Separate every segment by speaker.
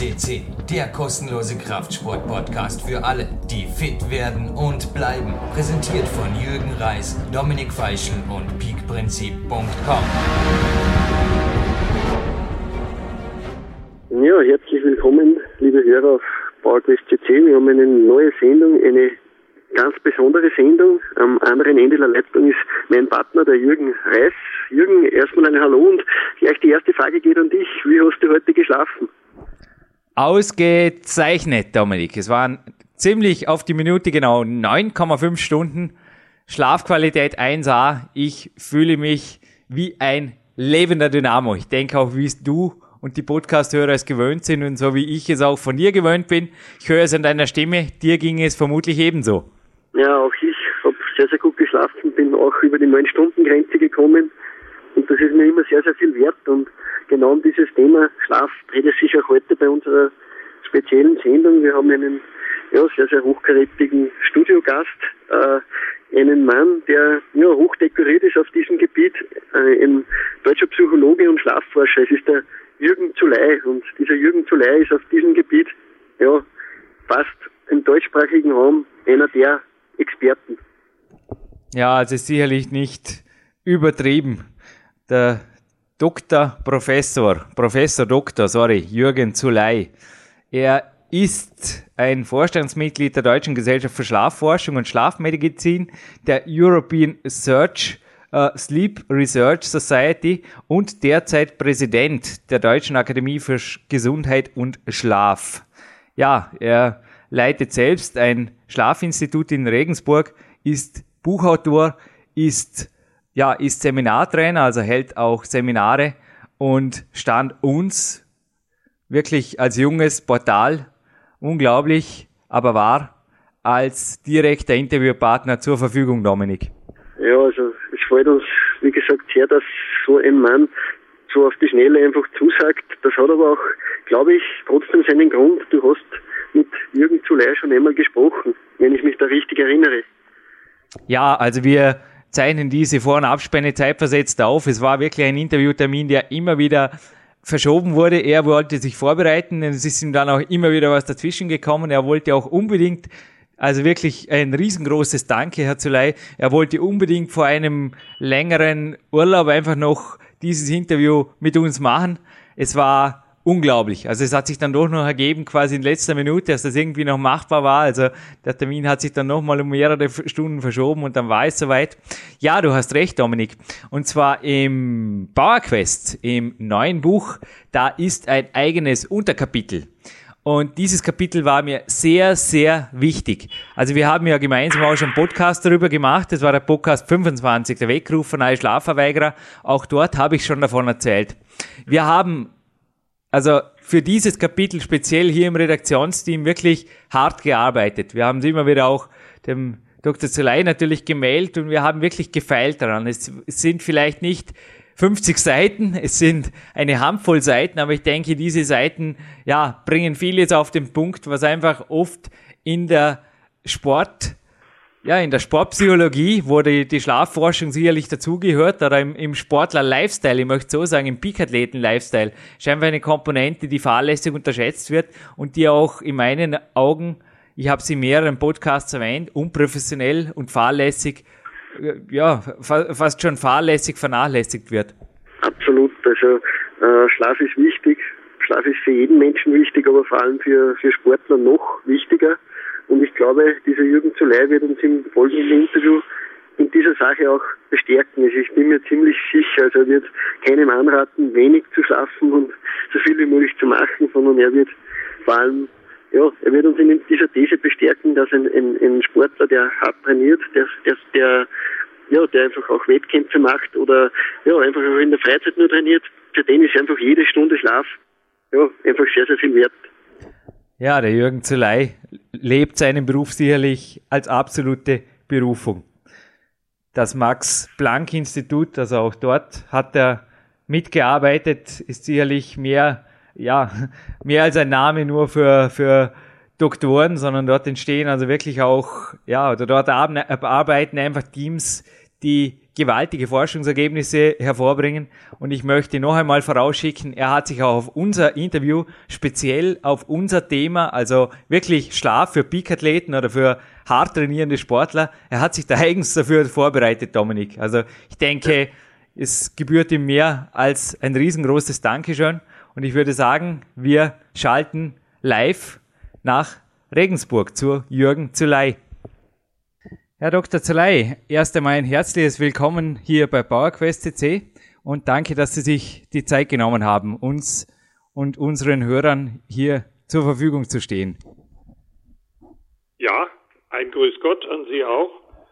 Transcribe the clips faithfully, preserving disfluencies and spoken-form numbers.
Speaker 1: C C, der kostenlose Kraftsport-Podcast für alle, die fit werden und bleiben. Präsentiert von Jürgen Reis, Dominik Feischl und peakprinzip punkt com.
Speaker 2: Ja, herzlich willkommen, liebe Hörer auf PowerQuest C C. Wir haben eine neue Sendung, eine ganz besondere Sendung. Am anderen Ende der Leitung ist mein Partner, der Jürgen Reis. Jürgen, erstmal ein Hallo und gleich die erste Frage geht an dich. Wie hast du heute geschlafen?
Speaker 3: Ausgezeichnet, Dominik. Es waren ziemlich auf die Minute genau neun Komma fünf Stunden. Schlafqualität eins A. Ich fühle mich wie ein lebender Dynamo. Ich denke auch, wie es du und die Podcast-Hörer es gewöhnt sind und so wie ich es auch von dir gewöhnt bin. Ich höre es an deiner Stimme. Dir ging es vermutlich ebenso.
Speaker 2: Ja, auch ich habe sehr, sehr gut geschlafen, bin auch über die neun Stunden Grenze gekommen. Und das ist mir immer sehr, sehr viel wert. Und genau um dieses Thema Schlaf dreht es sich auch heute bei unserer speziellen Sendung. Wir haben einen ja, sehr, sehr hochkarätigen Studiogast, äh, einen Mann, der ja, hoch dekoriert ist auf diesem Gebiet, äh, ein deutscher Psychologe und Schlafforscher. Es ist der Jürgen Zuley. Und dieser Jürgen Zuley ist auf diesem Gebiet ja fast im deutschsprachigen Raum einer der Experten.
Speaker 3: Ja, es ist sicherlich nicht übertrieben. Der Doktor, Professor, Professor Doktor, sorry, Jürgen Zuley. Er ist ein Vorstandsmitglied der Deutschen Gesellschaft für Schlafforschung und Schlafmedizin, der European Search uh, Sleep Research Society und derzeit Präsident der Deutschen Akademie für Gesundheit und Schlaf. Ja, er leitet selbst ein Schlafinstitut in Regensburg, ist Buchautor, ist Ja, ist Seminartrainer, also hält auch Seminare und stand uns wirklich als junges Portal, unglaublich, aber wahr, als direkter Interviewpartner zur Verfügung, Dominik.
Speaker 2: Ja, also es freut uns, wie gesagt, sehr, dass so ein Mann so auf die Schnelle einfach zusagt. Das hat aber auch, glaube ich, trotzdem seinen Grund. Du hast mit Jürgen Zuley schon einmal gesprochen, wenn ich mich da richtig erinnere.
Speaker 3: Ja, also wir zeichnen diese Vor- und Abspende zeitversetzt auf. Es war wirklich ein Interviewtermin, der immer wieder verschoben wurde. Er wollte sich vorbereiten, es ist ihm dann auch immer wieder was dazwischen gekommen. Er wollte auch unbedingt, also wirklich ein riesengroßes Danke, Herr Zuley. Er wollte unbedingt vor einem längeren Urlaub einfach noch dieses Interview mit uns machen. Es war unglaublich. Also es hat sich dann doch noch ergeben, quasi in letzter Minute, dass das irgendwie noch machbar war. Also der Termin hat sich dann nochmal um mehrere Stunden verschoben und dann war es soweit. Ja, du hast recht, Dominik. Und zwar im PowerQuest, im neuen Buch, da ist ein eigenes Unterkapitel. Und dieses Kapitel war mir sehr, sehr wichtig. Also wir haben ja gemeinsam auch schon einen Podcast darüber gemacht. Das war der Podcast fünfundzwanzig, der Weckruf von alle Schlafverweigerer. Auch dort habe ich schon davon erzählt. Wir haben also für dieses Kapitel speziell hier im Redaktionsteam wirklich hart gearbeitet. Wir haben es immer wieder auch dem Doktor Zuley natürlich gemeldet und wir haben wirklich gefeilt daran. Es sind vielleicht nicht fünfzig Seiten, es sind eine Handvoll Seiten, aber ich denke, diese Seiten ja bringen vieles auf den Punkt, was einfach oft in der Sport Ja, in der Sportpsychologie, wo die, die Schlafforschung sicherlich dazugehört, oder im, im Sportler-Lifestyle, ich möchte so sagen, im Peak-Athleten-Lifestyle, scheinbar eine Komponente, die fahrlässig unterschätzt wird und die auch in meinen Augen, ich habe sie in mehreren Podcasts erwähnt, unprofessionell und fahrlässig, ja, fa- fast schon fahrlässig vernachlässigt wird.
Speaker 2: Absolut, also äh, Schlaf ist wichtig, Schlaf ist für jeden Menschen wichtig, aber vor allem für, für Sportler noch wichtiger. Und ich glaube, dieser Jürgen Zuley wird uns im folgenden Interview in dieser Sache auch bestärken. Also ich bin mir ziemlich sicher, also er wird keinem anraten, wenig zu schlafen und so viel wie möglich zu machen, sondern er wird vor allem, ja, er wird uns in dieser These bestärken, dass ein, ein, ein Sportler, der hart trainiert, der, der, der, ja, der einfach auch Wettkämpfe macht oder ja, einfach auch in der Freizeit nur trainiert, für den ist einfach jede Stunde Schlaf ja, einfach sehr, sehr viel wert.
Speaker 3: Ja, der Jürgen Zuley lebt seinen Beruf sicherlich als absolute Berufung. Das Max-Planck-Institut, also auch dort hat er mitgearbeitet, ist sicherlich mehr, ja, mehr als ein Name nur für, für Doktoren, sondern dort entstehen also wirklich auch, ja, oder dort arbeiten einfach Teams, die gewaltige Forschungsergebnisse hervorbringen. Und ich möchte noch einmal vorausschicken, er hat sich auch auf unser Interview speziell auf unser Thema, also wirklich Schlaf für Peak-Athleten oder für hart trainierende Sportler, er hat sich da eigens dafür vorbereitet, Dominik. Also ich denke, es gebührt ihm mehr als ein riesengroßes Dankeschön. Und ich würde sagen, wir schalten live nach Regensburg zu Jürgen Zuley. Herr Doktor Zuley, erst einmal ein herzliches Willkommen hier bei PowerQuest C C und danke, dass Sie sich die Zeit genommen haben, uns und unseren Hörern hier zur Verfügung zu stehen.
Speaker 4: Ja, ein Grüß Gott an Sie auch.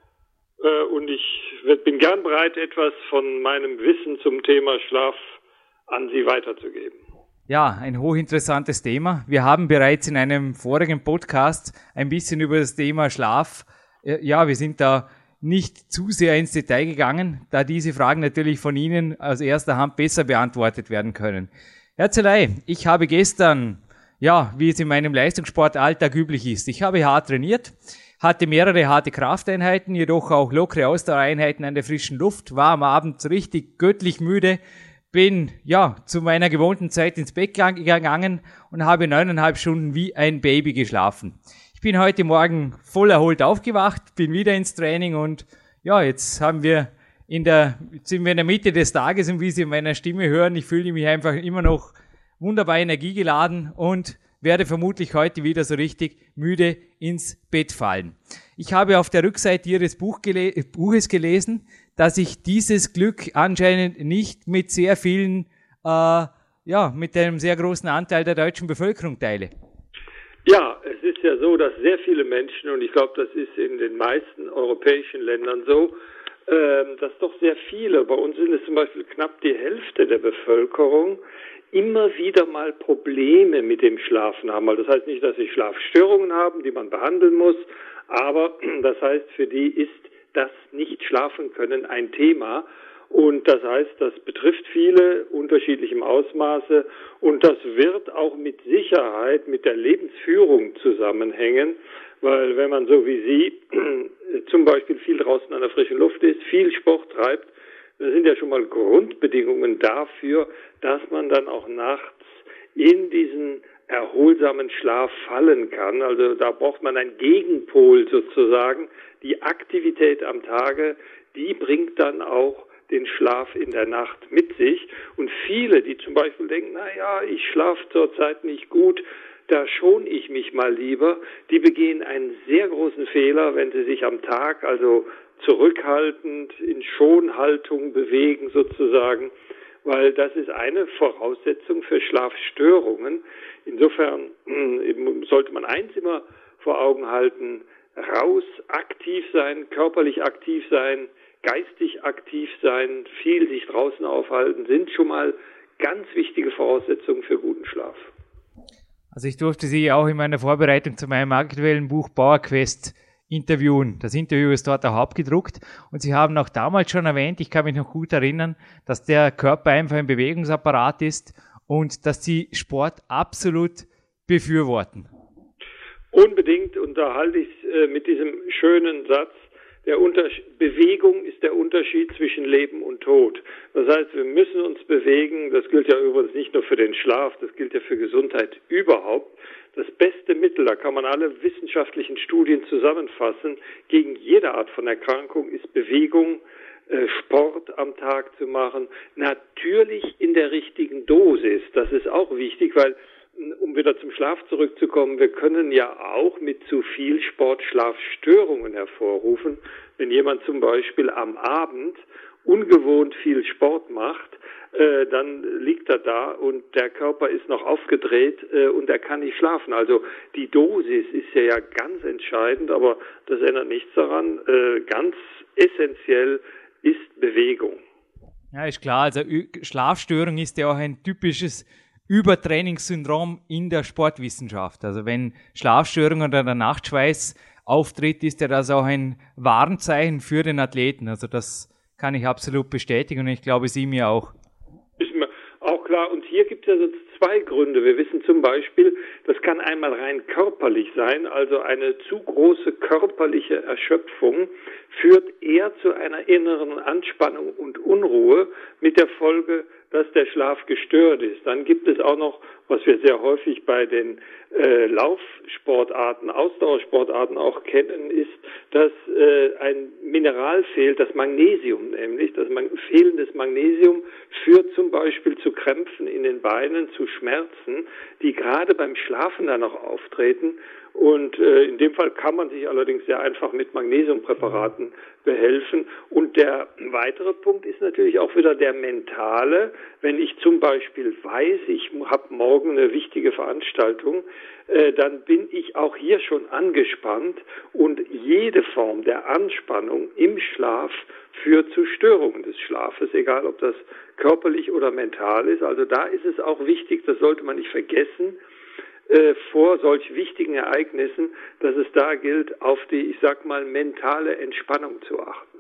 Speaker 4: Und ich bin gern bereit, etwas von meinem Wissen zum Thema Schlaf an Sie weiterzugeben.
Speaker 3: Ja, ein hochinteressantes Thema. Wir haben bereits in einem vorigen Podcast ein bisschen über das Thema Schlaf. Ja, wir sind da nicht zu sehr ins Detail gegangen, da diese Fragen natürlich von Ihnen aus erster Hand besser beantwortet werden können. Herr Zuley, ich habe gestern, ja, wie es in meinem Leistungssportalltag üblich ist, ich habe hart trainiert, hatte mehrere harte Krafteinheiten, jedoch auch lockere Ausdauereinheiten an der frischen Luft, war am Abend richtig göttlich müde, bin, ja, zu meiner gewohnten Zeit ins Bett gegangen und habe neuneinhalb Stunden wie ein Baby geschlafen. Ich bin heute Morgen voll erholt aufgewacht, bin wieder ins Training und ja, jetzt haben wir in der, sind wir in der Mitte des Tages und wie Sie in meiner Stimme hören, ich fühle mich einfach immer noch wunderbar energiegeladen und werde vermutlich heute wieder so richtig müde ins Bett fallen. Ich habe auf der Rückseite Ihres Buch gele- Buches gelesen, dass ich dieses Glück anscheinend nicht mit sehr vielen, äh, ja, mit einem sehr großen Anteil der deutschen Bevölkerung teile.
Speaker 4: Ja, es ist ja so, dass sehr viele Menschen, und ich glaube, das ist in den meisten europäischen Ländern so, äh, dass doch sehr viele, bei uns sind es zum Beispiel knapp die Hälfte der Bevölkerung, immer wieder mal Probleme mit dem Schlafen haben. Also das heißt nicht, dass sie Schlafstörungen haben, die man behandeln muss, aber das heißt, für die ist das Nicht-Schlafen können ein Thema. Und das heißt, das betrifft viele unterschiedlichem Ausmaße und das wird auch mit Sicherheit mit der Lebensführung zusammenhängen, weil wenn man so wie Sie zum Beispiel viel draußen an der frischen Luft ist, viel Sport treibt, das sind ja schon mal Grundbedingungen dafür, dass man dann auch nachts in diesen erholsamen Schlaf fallen kann. Also da braucht man einen Gegenpol sozusagen. Die Aktivität am Tage, die bringt dann auch den Schlaf in der Nacht mit sich. Und viele, die zum Beispiel denken, na ja, ich schlafe zurzeit nicht gut, da schone ich mich mal lieber, die begehen einen sehr großen Fehler, wenn sie sich am Tag also zurückhaltend in Schonhaltung bewegen sozusagen, weil das ist eine Voraussetzung für Schlafstörungen. Insofern sollte man eins immer vor Augen halten, raus, aktiv sein, körperlich aktiv sein, geistig aktiv sein, viel sich draußen aufhalten, sind schon mal ganz wichtige Voraussetzungen für guten Schlaf.
Speaker 3: Also ich durfte Sie auch in meiner Vorbereitung zu meinem aktuellen Buch PowerQuest interviewen. Das Interview ist dort auch abgedruckt und Sie haben auch damals schon erwähnt, ich kann mich noch gut erinnern, dass der Körper einfach ein Bewegungsapparat ist und dass Sie Sport absolut befürworten.
Speaker 4: Unbedingt, und da halte ich es äh, mit diesem schönen Satz, der Unterschied, Bewegung ist der Unterschied zwischen Leben und Tod. Das heißt, wir müssen uns bewegen. Das gilt ja übrigens nicht nur für den Schlaf, das gilt ja für Gesundheit überhaupt. Das beste Mittel, da kann man alle wissenschaftlichen Studien zusammenfassen, gegen jede Art von Erkrankung ist Bewegung, äh, Sport am Tag zu machen. Natürlich in der richtigen Dosis. Das ist auch wichtig, weil um wieder zum Schlaf zurückzukommen, wir können ja auch mit zu viel Sport Schlafstörungen hervorrufen. Wenn jemand zum Beispiel am Abend ungewohnt viel Sport macht, äh, dann liegt er da und der Körper ist noch aufgedreht äh, und er kann nicht schlafen. Also die Dosis ist ja, ja ganz entscheidend, aber das ändert nichts daran. Äh, ganz essentiell ist Bewegung.
Speaker 3: Ja, ist klar. Also Schlafstörung ist ja auch ein typisches Übertrainingssyndrom in der Sportwissenschaft. Also wenn Schlafstörungen oder der Nachtschweiß auftritt, ist ja das auch ein Warnzeichen für den Athleten. Also das kann ich absolut bestätigen und ich glaube, Sie mir auch.
Speaker 4: Ist mir auch klar. Und hier gibt es also zwei Gründe. Wir wissen zum Beispiel, das kann einmal rein körperlich sein, also eine zu große körperliche Erschöpfung führt eher zu einer inneren Anspannung und Unruhe mit der Folge, dass der Schlaf gestört ist. Dann gibt es auch noch, was wir sehr häufig bei den äh, Laufsportarten, Ausdauersportarten auch kennen, ist, dass äh, ein Mineral fehlt, das Magnesium nämlich. Das man- fehlendes Magnesium führt zum Beispiel zu Krämpfen in den Beinen, zu Schmerzen, die gerade beim Schlafen dann noch auftreten. Und äh, in dem Fall kann man sich allerdings sehr einfach mit Magnesiumpräparaten behelfen. Und der weitere Punkt ist natürlich auch wieder der mentale. Wenn ich zum Beispiel weiß, ich habe morgen eine wichtige Veranstaltung, äh, dann bin ich auch hier schon angespannt. Und jede Form der Anspannung im Schlaf führt zu Störungen des Schlafes, egal ob das körperlich oder mental ist. Also da ist es auch wichtig, das sollte man nicht vergessen, Äh, vor solch wichtigen Ereignissen, dass es da gilt, auf die, ich sag mal, mentale Entspannung zu achten.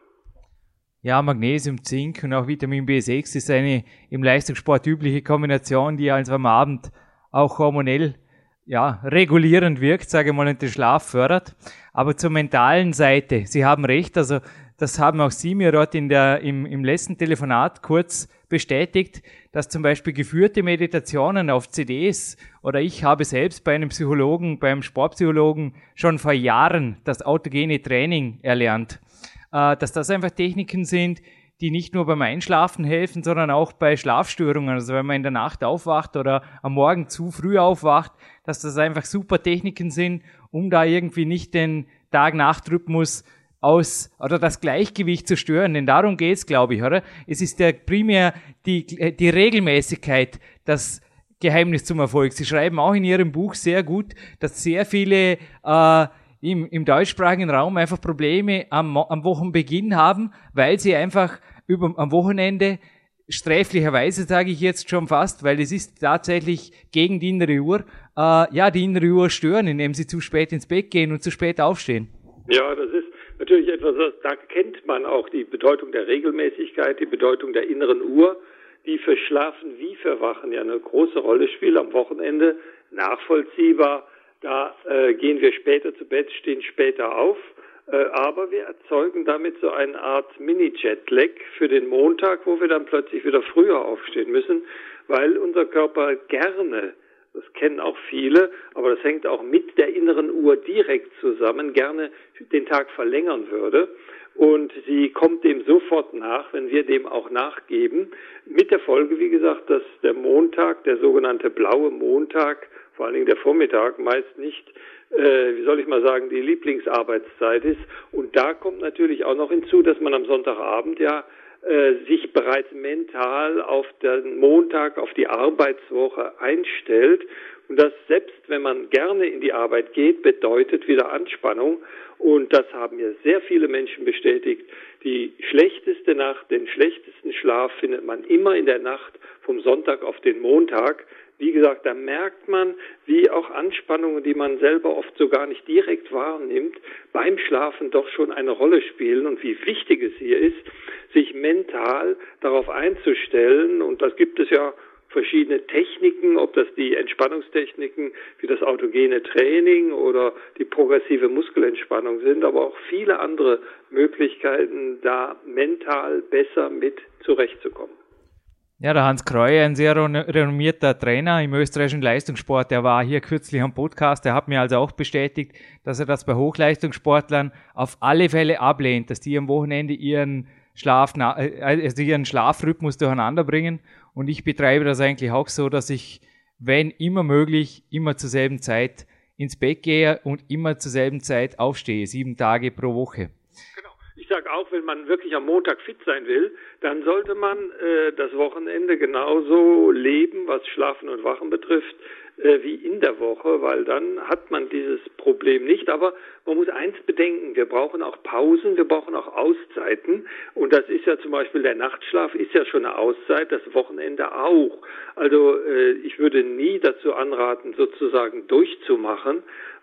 Speaker 3: Ja, Magnesium, Zink und auch Vitamin B sechs ist eine im Leistungssport übliche Kombination, die also am Abend auch hormonell ja, regulierend wirkt, sage ich mal, und den Schlaf fördert. Aber zur mentalen Seite, Sie haben recht, also das haben auch Sie mir dort in der, im, im letzten Telefonat kurz bestätigt, dass zum Beispiel geführte Meditationen auf C Ds oder ich habe selbst bei einem Psychologen, beim Sportpsychologen schon vor Jahren das autogene Training erlernt, äh, dass das einfach Techniken sind, die nicht nur beim Einschlafen helfen, sondern auch bei Schlafstörungen. Also wenn man in der Nacht aufwacht oder am Morgen zu früh aufwacht, dass das einfach super Techniken sind, um da irgendwie nicht den Tag-Nacht-Rhythmus aus, oder das Gleichgewicht zu stören, denn darum geht's, glaube ich, oder? Es ist ja primär die, die Regelmäßigkeit, das Geheimnis zum Erfolg. Sie schreiben auch in Ihrem Buch sehr gut, dass sehr viele äh, im, im deutschsprachigen Raum einfach Probleme am, am Wochenbeginn haben, weil sie einfach über, am Wochenende sträflicherweise, sage ich jetzt schon fast, weil es ist tatsächlich gegen die innere Uhr, äh, ja, die innere Uhr stören, indem sie zu spät ins Bett gehen und zu spät aufstehen.
Speaker 4: Ja, das ist natürlich etwas, da kennt man auch die Bedeutung der Regelmäßigkeit, die Bedeutung der inneren Uhr, die für Schlafen wie für Wachen ja eine große Rolle spielt. Am Wochenende nachvollziehbar, da äh, gehen wir später zu Bett, stehen später auf, äh, aber wir erzeugen damit so eine Art Mini-Jetlag für den Montag, wo wir dann plötzlich wieder früher aufstehen müssen, weil unser Körper gerne, das kennen auch viele, aber das hängt auch mit der inneren Uhr direkt zusammen, gerne den Tag verlängern würde. Und sie kommt dem sofort nach, wenn wir dem auch nachgeben. Mit der Folge, wie gesagt, dass der Montag, der sogenannte blaue Montag, vor allen Dingen der Vormittag, meist nicht, äh, wie soll ich mal sagen, die Lieblingsarbeitszeit ist. Und da kommt natürlich auch noch hinzu, dass man am Sonntagabend ja äh, sich bereits mental auf den Montag, auf die Arbeitswoche einstellt. Und das, selbst wenn man gerne in die Arbeit geht, bedeutet wieder Anspannung. Und das haben mir sehr viele Menschen bestätigt. Die schlechteste Nacht, den schlechtesten Schlaf findet man immer in der Nacht vom Sonntag auf den Montag. Wie gesagt, da merkt man, wie auch Anspannungen, die man selber oft so gar nicht direkt wahrnimmt, beim Schlafen doch schon eine Rolle spielen und wie wichtig es hier ist, sich mental darauf einzustellen. Und das gibt es ja verschiedene Techniken, ob das die Entspannungstechniken wie das autogene Training oder die progressive Muskelentspannung sind, aber auch viele andere Möglichkeiten, da mental besser mit zurechtzukommen.
Speaker 3: Ja, der Hans Kreuer, ein sehr renommierter Trainer im österreichischen Leistungssport, der war hier kürzlich am Podcast, der hat mir also auch bestätigt, dass er das bei Hochleistungssportlern auf alle Fälle ablehnt, dass die am Wochenende ihren Schlaf, also ihren Schlafrhythmus durcheinander bringen. Und ich betreibe das eigentlich auch so, dass ich, wenn immer möglich, immer zur selben Zeit ins Bett gehe und immer zur selben Zeit aufstehe, sieben Tage pro Woche.
Speaker 4: Genau. Ich sage auch, wenn man wirklich am Montag fit sein will, dann sollte man äh, das Wochenende genauso leben, was Schlafen und Wachen betrifft, äh, wie in der Woche, weil dann hat man dieses Problem nicht. Aber man muss eins bedenken, wir brauchen auch Pausen, wir brauchen auch Auszeiten. Und das ist ja zum Beispiel der Nachtschlaf, ist ja schon eine Auszeit, das Wochenende auch. Also äh, ich würde nie dazu anraten, sozusagen durchzumachen,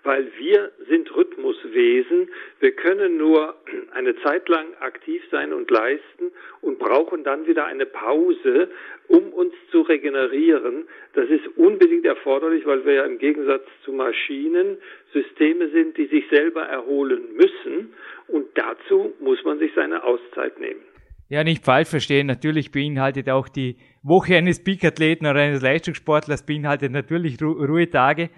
Speaker 4: weil wir sind Rhythmuswesen. Wir können nur eine Zeit lang aktiv sein und leisten und brauchen dann wieder eine Pause, um uns zu regenerieren. Das ist unbedingt erforderlich, weil wir ja im Gegensatz zu Maschinen Systeme sind, die sich selber erholen müssen. Und dazu muss man sich seine Auszeit nehmen.
Speaker 3: Ja, nicht falsch verstehen. Natürlich beinhaltet auch die Woche eines Peak-Athleten oder eines Leistungssportlers beinhaltet natürlich Ru- Ruhetage.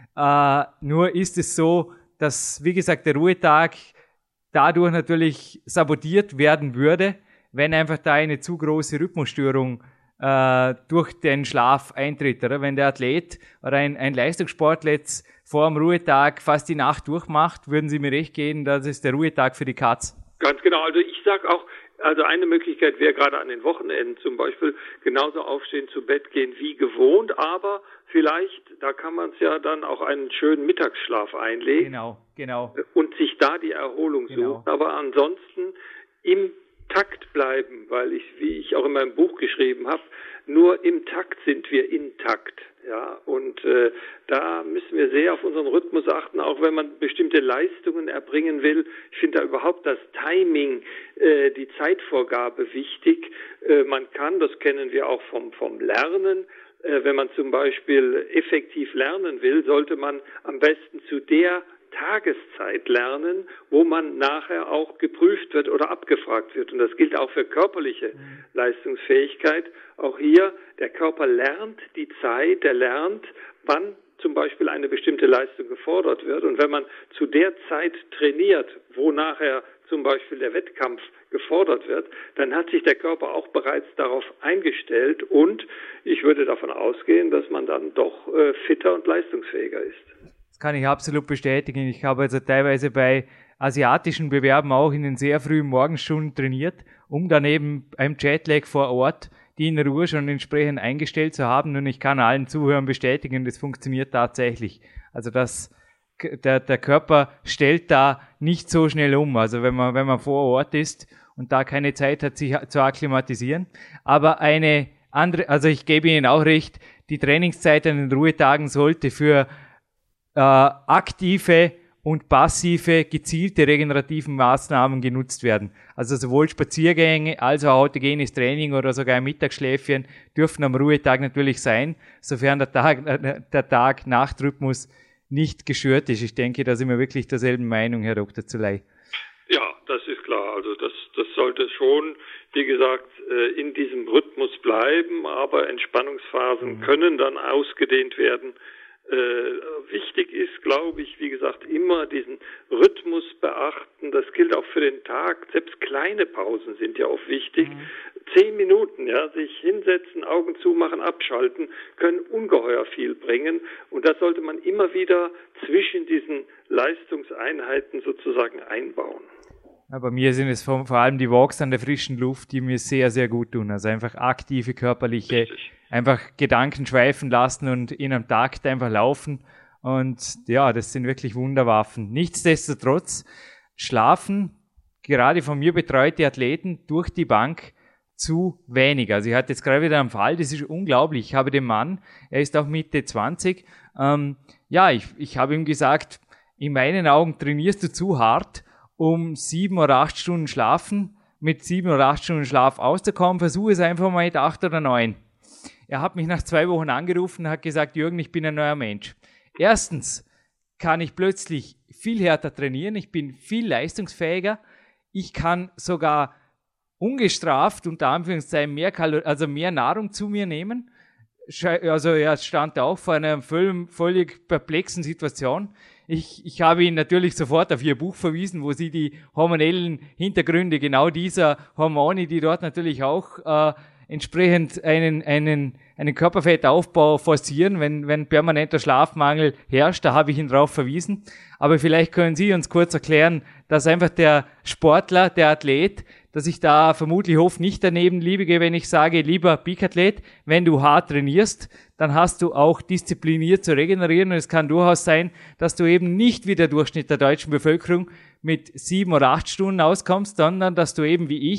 Speaker 3: Äh, nur ist es so, dass, wie gesagt, der Ruhetag dadurch natürlich sabotiert werden würde, wenn einfach da eine zu große Rhythmusstörung äh, durch den Schlaf eintritt. Oder? Wenn der Athlet oder ein, ein Leistungssportler jetzt vor dem Ruhetag fast die Nacht durchmacht, würden Sie mir recht geben, das ist der Ruhetag für die Katz.
Speaker 4: Ganz genau. Also ich sage auch, also eine Möglichkeit wäre gerade an den Wochenenden zum Beispiel genauso aufstehen, zu Bett gehen wie gewohnt, aber vielleicht, da kann man es ja dann auch einen schönen Mittagsschlaf einlegen.
Speaker 3: Genau, genau.
Speaker 4: Und sich da die Erholung
Speaker 3: Genau.
Speaker 4: suchen. Aber ansonsten im Takt bleiben, weil ich, wie ich auch in meinem Buch geschrieben habe, nur im Takt sind wir intakt. Ja, und äh, da müssen wir sehr auf unseren Rhythmus achten, auch wenn man bestimmte Leistungen erbringen will. Ich finde da überhaupt das Timing, äh, die Zeitvorgabe wichtig. Äh, man kann, das kennen wir auch vom, vom Lernen, äh, wenn man zum Beispiel effektiv lernen will, sollte man am besten zu der Tageszeit lernen, wo man nachher auch geprüft wird oder abgefragt wird. Und das gilt auch für körperliche mhm. Leistungsfähigkeit. Auch hier, der Körper lernt die Zeit, der lernt, wann zum Beispiel eine bestimmte Leistung gefordert wird. Und wenn man zu der Zeit trainiert, wo nachher zum Beispiel der Wettkampf gefordert wird, dann hat sich der Körper auch bereits darauf eingestellt und ich würde davon ausgehen, dass man dann doch äh, fitter und leistungsfähiger ist.
Speaker 3: Das kann ich absolut bestätigen. Ich habe also teilweise bei asiatischen Bewerben auch in den sehr frühen Morgenstunden trainiert, um dann eben beim Jetlag vor Ort die innere Uhr schon entsprechend eingestellt zu haben. Und ich kann allen Zuhörern bestätigen, das funktioniert tatsächlich. Also das, der, der Körper stellt da nicht so schnell um. Also wenn man, wenn man vor Ort ist und da keine Zeit hat, sich zu akklimatisieren. Aber eine andere, also ich gebe Ihnen auch recht, die Trainingszeit an den Ruhetagen sollte für äh, aktive und passive, gezielte regenerativen Maßnahmen genutzt werden. Also sowohl Spaziergänge als auch autogenes Training oder sogar ein Mittagsschläfchen dürfen am Ruhetag natürlich sein, sofern der Tag, der Tag-Nacht-Rhythmus nicht gestört ist. Ich denke, da sind wir wirklich derselben Meinung, Herr Doktor Zuley.
Speaker 4: Ja, das ist klar. Also das, das sollte schon, wie gesagt, in diesem Rhythmus bleiben, aber Entspannungsphasen mhm. können dann ausgedehnt werden. Äh, wichtig ist, glaube ich, wie gesagt, immer diesen Rhythmus beachten. Das gilt auch für den Tag. Selbst kleine Pausen sind ja auch wichtig. Mhm. Zehn Minuten, ja, sich hinsetzen, Augen zumachen, abschalten, können ungeheuer viel bringen. Und das sollte man immer wieder zwischen diesen Leistungseinheiten sozusagen einbauen.
Speaker 3: Ja, bei mir sind es vor, vor allem die Walks an der frischen Luft, die mir sehr, sehr gut tun. Also einfach aktive, körperliche, Richtig. einfach Gedanken schweifen lassen und in einem Takt einfach laufen. Und ja, das sind wirklich Wunderwaffen. Nichtsdestotrotz schlafen gerade von mir betreute Athleten durch die Bank zu wenig. Also ich hatte jetzt gerade wieder einen Fall, das ist unglaublich. Ich habe den Mann, er ist auch Mitte zwanzig. Ähm, ja, ich, ich habe ihm gesagt, in meinen Augen trainierst du zu hart, um sieben oder acht Stunden schlafen, mit sieben oder acht Stunden Schlaf auszukommen. Versuche es einfach mal mit acht oder neun. Er hat mich nach zwei Wochen angerufen und hat gesagt, Jürgen, ich bin ein neuer Mensch. Erstens kann ich plötzlich viel härter trainieren, ich bin viel leistungsfähiger, ich kann sogar ungestraft, unter Anführungszeichen, mehr Kalor- also mehr Nahrung zu mir nehmen. Also er stand auch vor einer völlig perplexen Situation. Ich, ich habe ihn natürlich sofort auf Ihr Buch verwiesen, wo Sie die hormonellen Hintergründe genau dieser Hormone, die dort natürlich auch äh, entsprechend einen, einen, einen Körperfettaufbau forcieren, wenn, wenn permanenter Schlafmangel herrscht, da habe ich ihn drauf verwiesen. Aber vielleicht können Sie uns kurz erklären, dass einfach der Sportler, der Athlet, dass ich da vermutlich hoffe, nicht daneben liege, wenn ich sage, lieber Peak-Athlet, wenn du hart trainierst, dann hast du auch diszipliniert zu regenerieren und es kann durchaus sein, dass du eben nicht wie der Durchschnitt der deutschen Bevölkerung mit sieben oder acht Stunden auskommst, sondern dass du eben wie ich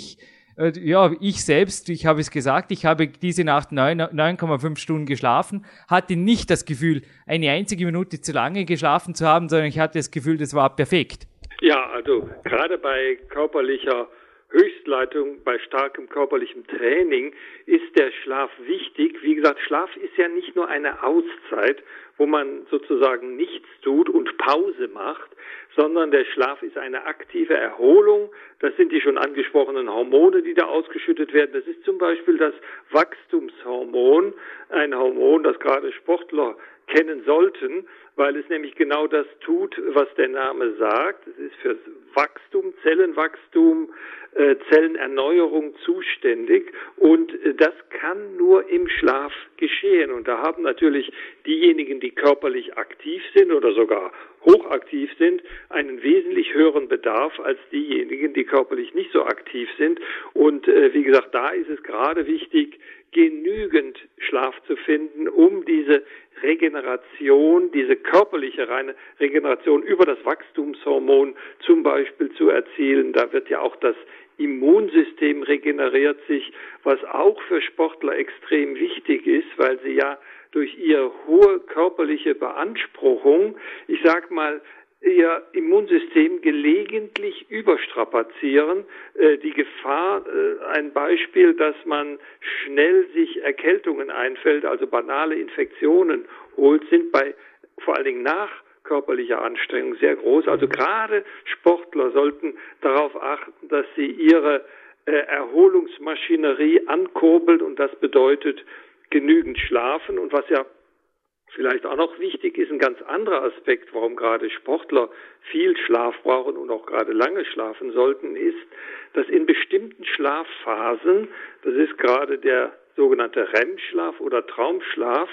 Speaker 3: Äh, ja, ich selbst, ich habe es gesagt, ich habe diese Nacht neun Komma fünf Stunden geschlafen, hatte nicht das Gefühl, eine einzige Minute zu lange geschlafen zu haben, sondern ich hatte das Gefühl, das war perfekt.
Speaker 4: Ja, also gerade bei körperlicher Höchstleitung, bei starkem körperlichem Training ist der Schlaf wichtig. Wie gesagt, Schlaf ist ja nicht nur eine Auszeit, wo man sozusagen nichts tut und Pause macht, sondern der Schlaf ist eine aktive Erholung. Das sind die schon angesprochenen Hormone, die da ausgeschüttet werden. Das ist zum Beispiel das Wachstumshormon, ein Hormon, das gerade Sportler kennen sollten, weil es nämlich genau das tut, was der Name sagt. Es ist fürs Wachstum, Zellenwachstum, äh, Zellenerneuerung zuständig und äh, das kann nur im Schlaf geschehen. Und da haben natürlich diejenigen, die körperlich aktiv sind oder sogar hochaktiv sind, einen wesentlich höheren Bedarf als diejenigen, die körperlich nicht so aktiv sind. Und äh, wie gesagt, da ist es gerade wichtig, genügend Schlaf zu finden, um diese Regeneration, diese körperliche reine Regeneration über das Wachstumshormon zum Beispiel zu erzielen. Da wird ja auch das Immunsystem regeneriert sich, was auch für Sportler extrem wichtig ist, weil sie ja durch ihre hohe körperliche Beanspruchung, ich sag mal, ihr Immunsystem gelegentlich überstrapazieren. Äh, die Gefahr, äh, ein Beispiel, dass man schnell sich Erkältungen einfällt, also banale Infektionen holt, sind bei vor allen Dingen nach körperlicher Anstrengung sehr groß. Also gerade Sportler sollten darauf achten, dass sie ihre äh, Erholungsmaschinerie ankurbeln und das bedeutet genügend schlafen. Und was ja vielleicht auch noch wichtig ist, ein ganz anderer Aspekt, warum gerade Sportler viel Schlaf brauchen und auch gerade lange schlafen sollten, ist, dass in bestimmten Schlafphasen, das ist gerade der sogenannte R E M-Schlaf oder Traumschlaf,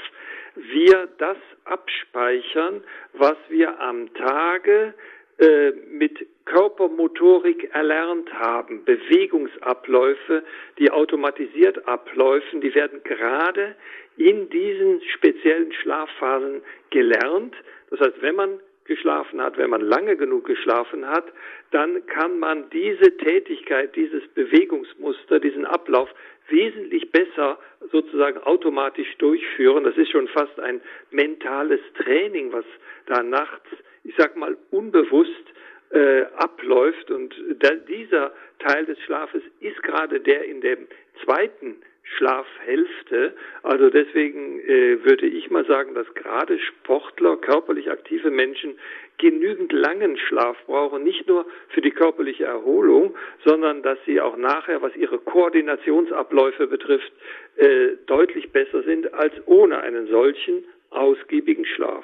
Speaker 4: wir das abspeichern, was wir am Tage äh, mit Körpermotorik erlernt haben, Bewegungsabläufe, die automatisiert abläufen, die werden gerade in diesen speziellen Schlafphasen gelernt. Das heißt, wenn man geschlafen hat, wenn man lange genug geschlafen hat, dann kann man diese Tätigkeit, dieses Bewegungsmuster, diesen Ablauf wesentlich besser sozusagen automatisch durchführen. Das ist schon fast ein mentales Training, was da nachts, ich sag mal, unbewusst äh, abläuft. Und da, dieser Teil des Schlafes ist gerade der in der zweiten Schlafhälfte. Also deswegen äh, würde ich mal sagen, dass gerade Sportler, körperlich aktive Menschen genügend langen Schlaf brauchen, nicht nur für die körperliche Erholung, sondern dass sie auch nachher, was ihre Koordinationsabläufe betrifft, äh, deutlich besser sind als ohne einen solchen ausgiebigen Schlaf.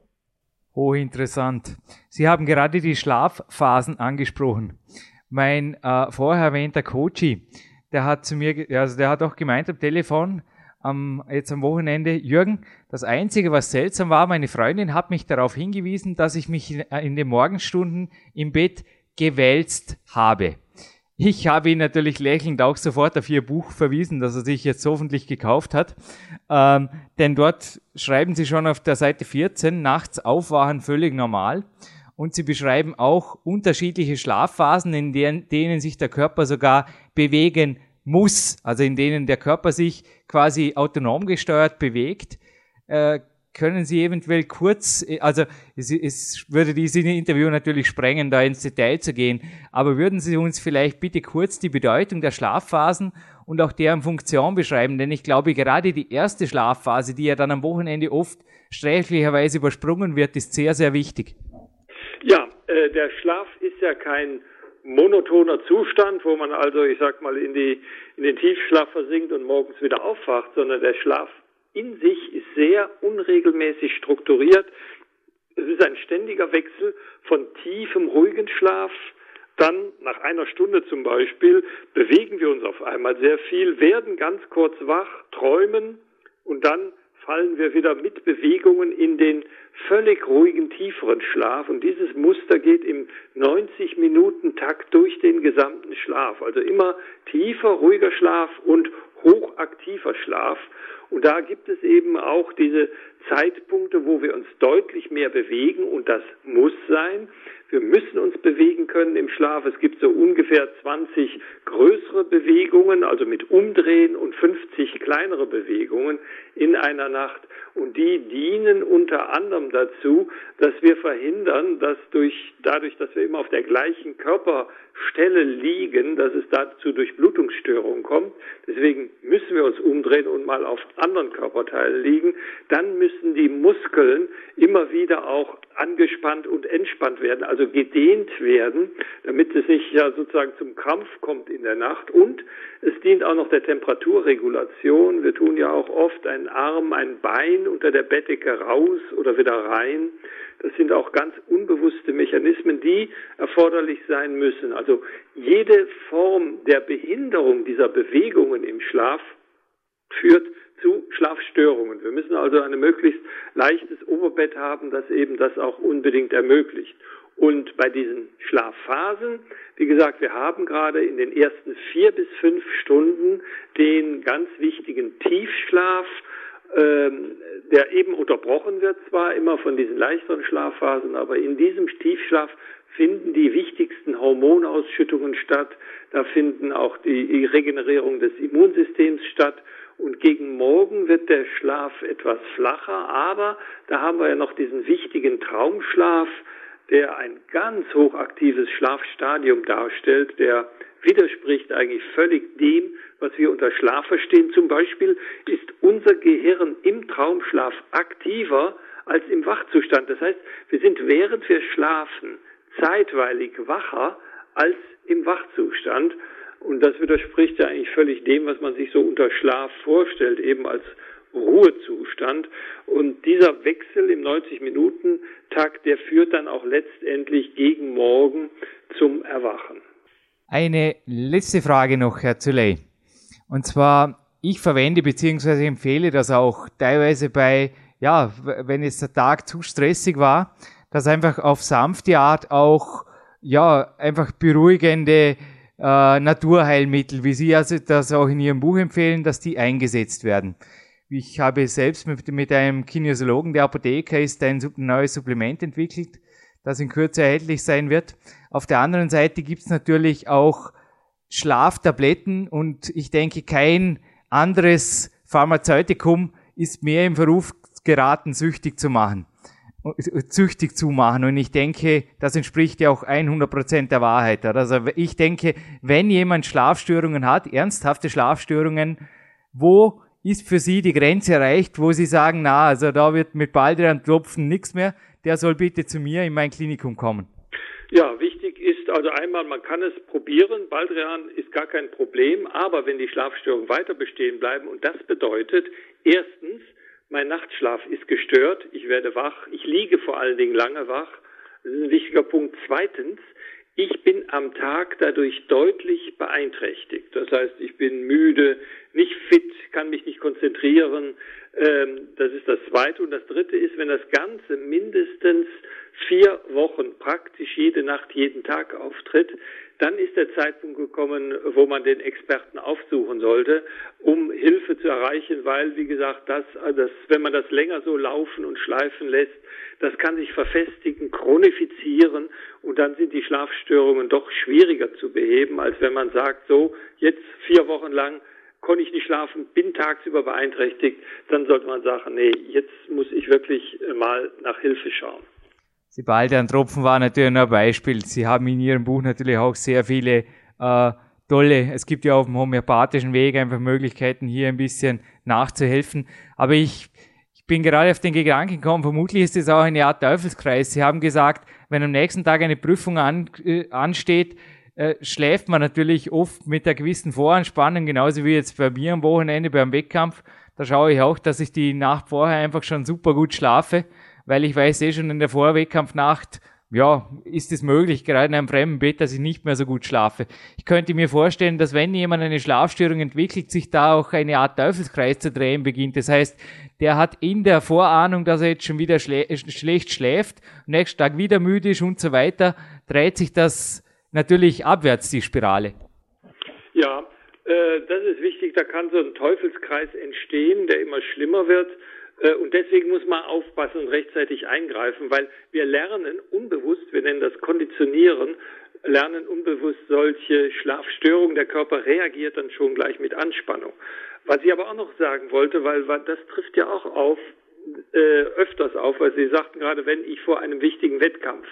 Speaker 3: Oh, interessant. Sie haben gerade die Schlafphasen angesprochen. Mein äh, vorher erwähnter Coachy, der hat zu mir, also der hat auch gemeint am Telefon, am, jetzt am Wochenende, Jürgen, das Einzige, was seltsam war, meine Freundin hat mich darauf hingewiesen, dass ich mich in, in den Morgenstunden im Bett gewälzt habe. Ich habe ihn natürlich lächelnd auch sofort auf ihr Buch verwiesen, das er sich jetzt hoffentlich gekauft hat. Ähm, denn dort schreiben sie schon auf der Seite vierzehn, nachts aufwachen völlig normal. Und sie beschreiben auch unterschiedliche Schlafphasen, in denen, denen sich der Körper sogar bewegen muss, also in denen der Körper sich quasi autonom gesteuert bewegt. Äh, können Sie eventuell kurz, also es, es würde dieses Interview natürlich sprengen, da ins Detail zu gehen, aber würden Sie uns vielleicht bitte kurz die Bedeutung der Schlafphasen und auch deren Funktion beschreiben? Denn ich glaube, gerade die erste Schlafphase, die ja dann am Wochenende oft sträflicherweise übersprungen wird, ist sehr, sehr wichtig.
Speaker 4: Ja, äh, der Schlaf ist ja kein monotoner Zustand, wo man also, ich sag mal, in die in den Tiefschlaf versinkt und morgens wieder aufwacht, sondern der Schlaf in sich ist sehr unregelmäßig strukturiert. Es ist ein ständiger Wechsel von tiefem, ruhigen Schlaf. Dann, nach einer Stunde zum Beispiel, bewegen wir uns auf einmal sehr viel, werden ganz kurz wach, träumen und dann fallen wir wieder mit Bewegungen in den völlig ruhigen, tieferen Schlaf. Und dieses Muster geht im neunzig Minuten Takt durch den gesamten Schlaf. Also immer tiefer, ruhiger Schlaf und hochaktiver Schlaf. Und da gibt es eben auch diese Zeitpunkte, wo wir uns deutlich mehr bewegen, und das muss sein. Wir müssen uns bewegen können im Schlaf. Es gibt so ungefähr zwanzig größere Bewegungen, also mit Umdrehen, und fünfzig kleinere Bewegungen in einer Nacht. Und die dienen unter anderem dazu, dass wir verhindern, dass durch, dadurch, dass wir immer auf der gleichen Körperstelle liegen, dass es dazu Durchblutungsstörungen kommt. Deswegen müssen wir uns umdrehen und mal auf anderen Körperteilen liegen. Dann müssen die Muskeln immer wieder auch angespannt und entspannt werden, also gedehnt werden, damit es nicht ja sozusagen zum Krampf kommt in der Nacht. Und es dient auch noch der Temperaturregulation. Wir tun ja auch oft einen Arm, ein Bein unter der Bettdecke raus oder wieder rein. Das sind auch ganz unbewusste Mechanismen, die erforderlich sein müssen. Also jede Form der Behinderung dieser Bewegungen im Schlaf führt zu Schlafstörungen. Wir müssen also ein möglichst leichtes Oberbett haben, das eben das auch unbedingt ermöglicht. Und bei diesen Schlafphasen, wie gesagt, wir haben gerade in den ersten vier bis fünf Stunden den ganz wichtigen Tiefschlaf, ähm, der eben unterbrochen wird, zwar immer von diesen leichteren Schlafphasen, aber in diesem Tiefschlaf finden die wichtigsten Hormonausschüttungen statt. Da finden auch die Regenerierung des Immunsystems statt. Und gegen Morgen wird der Schlaf etwas flacher, aber da haben wir ja noch diesen wichtigen Traumschlaf, der ein ganz hochaktives Schlafstadium darstellt, der widerspricht eigentlich völlig dem, was wir unter Schlaf verstehen. Zum Beispiel ist unser Gehirn im Traumschlaf aktiver als im Wachzustand. Das heißt, wir sind, während wir schlafen, zeitweilig wacher als im Wachzustand. Und das widerspricht ja eigentlich völlig dem, was man sich so unter Schlaf vorstellt, eben als Ruhezustand. Und dieser Wechsel im neunzig-Minuten-Takt, der führt dann auch letztendlich gegen Morgen zum Erwachen.
Speaker 3: Eine letzte Frage noch, Herr Züley. Und zwar, ich verwende bzw. empfehle das auch teilweise bei, ja, wenn jetzt der Tag zu stressig war, dass einfach auf sanfte Art auch, ja, einfach beruhigende Äh, Naturheilmittel, wie Sie also das auch in Ihrem Buch empfehlen, dass die eingesetzt werden. Ich habe selbst mit, mit einem Kinesiologen, der Apotheker ist, ein neues Supplement entwickelt, das in Kürze erhältlich sein wird. Auf der anderen Seite gibt es natürlich auch Schlaftabletten, und ich denke, kein anderes Pharmazeutikum ist mehr im Verruf geraten, süchtig zu machen. züchtig zu machen. Und ich denke, das entspricht ja auch hundert Prozent der Wahrheit. Also ich denke, wenn jemand Schlafstörungen hat, ernsthafte Schlafstörungen, wo ist für Sie die Grenze erreicht, wo Sie sagen, na, also da wird mit Baldrian-Tropfen nichts mehr, der soll bitte zu mir in mein Klinikum kommen?
Speaker 4: Ja, wichtig ist also einmal, man kann es probieren, Baldrian ist gar kein Problem, aber wenn die Schlafstörungen weiter bestehen bleiben, und das bedeutet, erstens, mein Nachtschlaf ist gestört, ich werde wach, ich liege vor allen Dingen lange wach, das ist ein wichtiger Punkt. Zweitens, ich bin am Tag dadurch deutlich beeinträchtigt. Das heißt, ich bin müde, nicht fit, kann mich nicht konzentrieren. Ähm, das ist das Zweite. Und das Dritte ist, wenn das Ganze mindestens vier Wochen praktisch jede Nacht, jeden Tag auftritt, dann ist der Zeitpunkt gekommen, wo man den Experten aufsuchen sollte, um Hilfe zu erreichen, weil, wie gesagt, das, das, wenn man das länger so laufen und schleifen lässt, das kann sich verfestigen, chronifizieren, und dann sind die Schlafstörungen doch schwieriger zu beheben, als wenn man sagt, so, jetzt vier Wochen lang konnte ich nicht schlafen, bin tagsüber beeinträchtigt, dann sollte man sagen, nee, jetzt muss ich wirklich mal nach Hilfe schauen.
Speaker 3: Die Baldrian-Tropfen war natürlich nur ein Beispiel. Sie haben in Ihrem Buch natürlich auch sehr viele äh, tolle, es gibt ja auf dem homöopathischen Weg einfach Möglichkeiten, hier ein bisschen nachzuhelfen. Aber ich, ich bin gerade auf den Gedanken gekommen, vermutlich ist es auch eine Art Teufelskreis. Sie haben gesagt, wenn am nächsten Tag eine Prüfung an, äh, ansteht, äh, schläft man natürlich oft mit einer gewissen Voranspannung, genauso wie jetzt bei mir am Wochenende beim Wettkampf. Da schaue ich auch, dass ich die Nacht vorher einfach schon super gut schlafe, weil ich weiß eh schon in der Vorwettkampfnacht, ja, ist es möglich, gerade in einem fremden Bett, dass ich nicht mehr so gut schlafe. Ich könnte mir vorstellen, dass wenn jemand eine Schlafstörung entwickelt, sich da auch eine Art Teufelskreis zu drehen beginnt. Das heißt, der hat in der Vorahnung, dass er jetzt schon wieder schlä- schlecht schläft, am nächsten Tag wieder müde ist und so weiter, dreht sich das natürlich abwärts, die Spirale.
Speaker 4: Ja, äh, das ist wichtig. Da kann so ein Teufelskreis entstehen, der immer schlimmer wird. Äh, und deswegen muss man aufpassen und rechtzeitig eingreifen, weil wir lernen unbewusst, wir nennen das Konditionieren, lernen unbewusst solche Schlafstörungen. Der Körper reagiert dann schon gleich mit Anspannung. Was ich aber auch noch sagen wollte, weil das trifft ja auch auf, äh, öfters auf, weil Sie sagten gerade, wenn ich vor einem wichtigen Wettkampf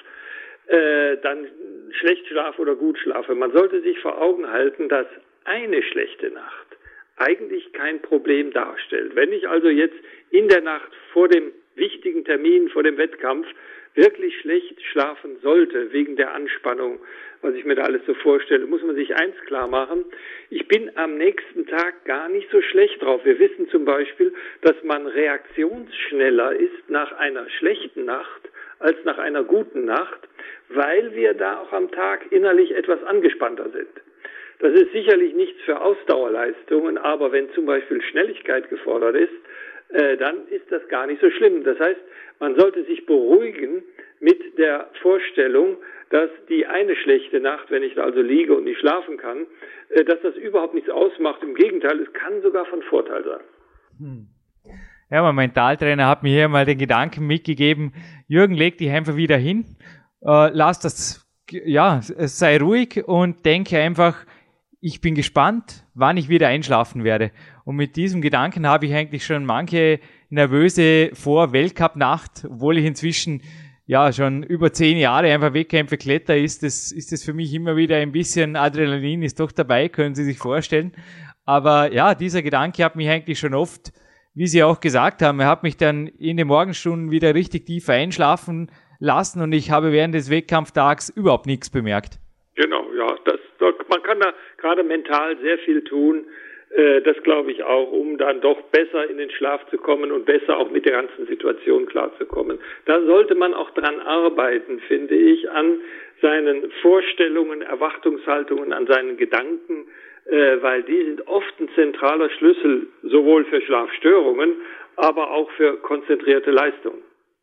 Speaker 4: äh, dann schlecht schlafe oder gut schlafe. Man sollte sich vor Augen halten, dass eine schlechte Nacht eigentlich kein Problem darstellt. Wenn ich also jetzt in der Nacht vor dem wichtigen Termin, vor dem Wettkampf, wirklich schlecht schlafen sollte, wegen der Anspannung, was ich mir da alles so vorstelle, muss man sich eins klar machen: Ich bin am nächsten Tag gar nicht so schlecht drauf. Wir wissen zum Beispiel, dass man reaktionsschneller ist nach einer schlechten Nacht als nach einer guten Nacht, weil wir da auch am Tag innerlich etwas angespannter sind. Das ist sicherlich nichts für Ausdauerleistungen, aber wenn zum Beispiel Schnelligkeit gefordert ist, äh, dann ist das gar nicht so schlimm. Das heißt, man sollte sich beruhigen mit der Vorstellung, dass die eine schlechte Nacht, wenn ich da also liege und nicht schlafen kann, äh, dass das überhaupt nichts ausmacht. Im Gegenteil, es kann sogar von Vorteil sein.
Speaker 3: Hm. Ja, mein Mentaltrainer hat mir hier mal den Gedanken mitgegeben: Jürgen, leg dich einfach wieder hin, äh, lass das, ja, sei ruhig und denke einfach, ich bin gespannt, wann ich wieder einschlafen werde. Und mit diesem Gedanken habe ich eigentlich schon manche nervöse Vor-Weltcup-Nacht, obwohl ich inzwischen ja schon über zehn Jahre einfach Wettkämpfe kletter, ist das, ist das für mich immer wieder ein bisschen Adrenalin ist doch dabei, können Sie sich vorstellen. Aber ja, dieser Gedanke hat mich eigentlich schon oft, wie Sie auch gesagt haben, er hat mich dann in den Morgenstunden wieder richtig tief einschlafen lassen und ich habe während des Wettkampftags überhaupt nichts bemerkt.
Speaker 4: Genau, ja, das, man kann da gerade mental sehr viel tun, äh, das glaube ich auch, um dann doch besser in den Schlaf zu kommen und besser auch mit der ganzen Situation klarzukommen. Da sollte man auch dran arbeiten, finde ich, an seinen Vorstellungen, Erwartungshaltungen, an seinen Gedanken, äh, weil die sind oft ein zentraler Schlüssel, sowohl für Schlafstörungen, aber auch für konzentrierte Leistung.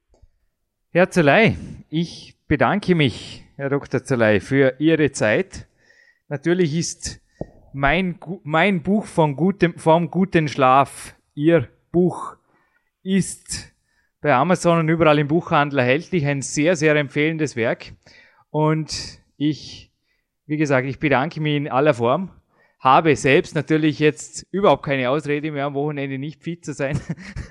Speaker 3: Herr Zerlei, ich bedanke mich, Herr Doktor Zerlei, für Ihre Zeit. Natürlich ist mein, mein Buch von gutem, vom guten Schlaf, Ihr Buch, ist bei Amazon und überall im Buchhandel erhältlich. Ein sehr, sehr empfehlendes Werk. Und ich, wie gesagt, ich bedanke mich in aller Form. Habe selbst natürlich jetzt überhaupt keine Ausrede mehr, am Wochenende nicht fit zu sein.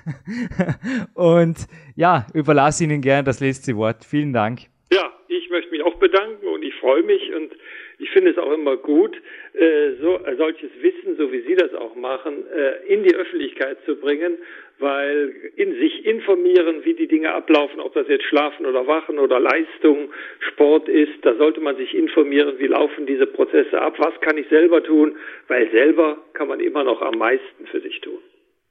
Speaker 3: Und ja, überlasse Ihnen gerne das letzte Wort. Vielen Dank.
Speaker 4: Ja, ich möchte mich auch bedanken und ich freue mich und ich finde es auch immer gut, äh, so äh, solches Wissen, so wie Sie das auch machen, äh, in die Öffentlichkeit zu bringen, weil in sich informieren, wie die Dinge ablaufen, ob das jetzt Schlafen oder Wachen oder Leistung, Sport ist, da sollte man sich informieren, wie laufen diese Prozesse ab, was kann ich selber tun, weil selber kann man immer noch am meisten für sich tun.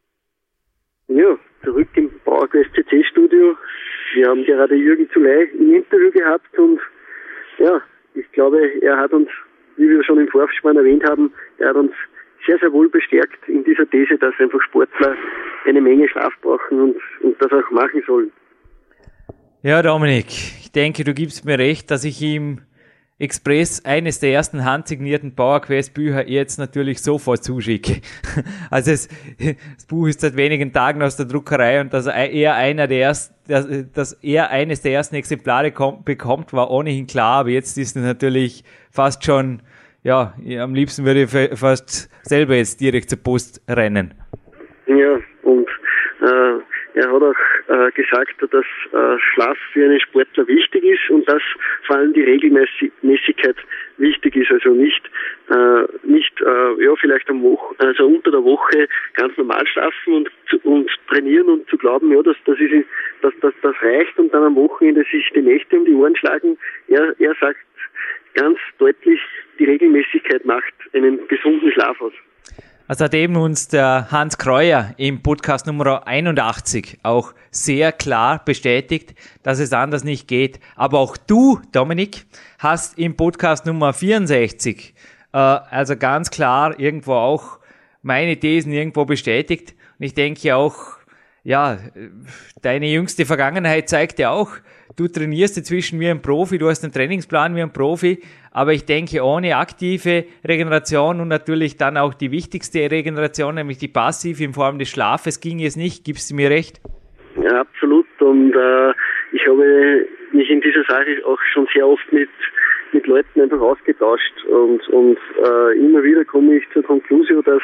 Speaker 2: Ja, zurück im PowerQuest C C-Studio. Wir haben gerade Jürgen Zuley im Interview gehabt und ja, ich glaube, er hat uns, wie wir schon im Vorspann erwähnt haben, er hat uns sehr, sehr wohl bestärkt in dieser These, dass einfach Sportler eine Menge Schlaf brauchen und, und das auch machen sollen.
Speaker 3: Ja, Dominik, ich denke, du gibst mir recht, dass ich ihm Express eines der ersten handsignierten PowerQuest-Bücher jetzt natürlich sofort zuschicke. Also es, das Buch ist seit wenigen Tagen aus der Druckerei und dass er einer der ersten, dass, dass er eines der ersten Exemplare kommt, bekommt, war ohnehin klar, aber jetzt ist es natürlich fast schon, ja, am liebsten würde ich fast selber jetzt direkt zur Post rennen.
Speaker 2: Ja, und äh, er hat auch äh, gesagt, dass äh, Schlaf für einen Sportler wichtig ist und dass vor allem die Regelmäßigkeit wichtig ist. Also nicht, äh, nicht äh, ja vielleicht am Woche, also unter der Woche ganz normal schlafen und und trainieren und zu glauben, ja, dass das ist, dass das das reicht und dann am Wochenende sich die Nächte um die Ohren schlagen. Er er sagt ganz deutlich, die Regelmäßigkeit macht einen gesunden Schlaf aus.
Speaker 3: Also hat eben uns der Hans Kreuer im Podcast Nummer einundachtzig auch sehr klar bestätigt, dass es anders nicht geht. Aber auch du, Dominik, hast im Podcast Nummer vierundsechzig äh, also ganz klar irgendwo auch meine Thesen irgendwo bestätigt. Und ich denke auch, ja, deine jüngste Vergangenheit zeigt ja auch, du trainierst inzwischen wie ein Profi, du hast einen Trainingsplan wie ein Profi, aber ich denke, ohne aktive Regeneration und natürlich dann auch die wichtigste Regeneration, nämlich die passive in Form des Schlafes, ging es nicht. Gibst du mir recht?
Speaker 2: Ja, absolut. Und äh, ich habe mich in dieser Sache auch schon sehr oft mit mit Leuten einfach ausgetauscht und und äh, immer wieder komme ich zur Konklusion, dass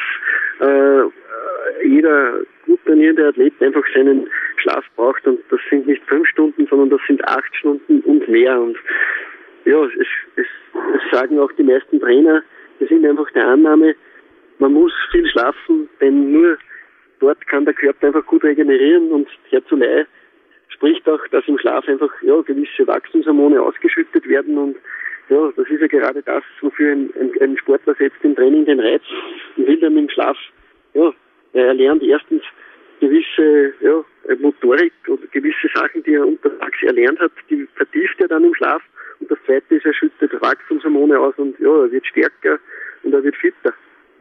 Speaker 2: äh, jeder gut trainierende Athlet einfach seinen Schlaf braucht, und das sind nicht fünf Stunden, sondern das sind acht Stunden und mehr. Und ja, es, es, es sagen auch die meisten Trainer, wir sind einfach der Annahme, man muss viel schlafen, denn nur dort kann der Körper einfach gut regenerieren, und hierzulei spricht auch, dass im Schlaf einfach ja gewisse Wachstumshormone ausgeschüttet werden, und ja, das ist ja gerade das, wofür ein, ein, ein Sportler setzt im Training den Reiz und will dann im Schlaf, ja, er lernt erstens gewisse ja, Motorik oder gewisse Sachen, die er untertags erlernt hat, die vertieft er dann im Schlaf, und das zweite ist, er schüttet Wachstumshormone aus und ja, er wird stärker und er wird fitter.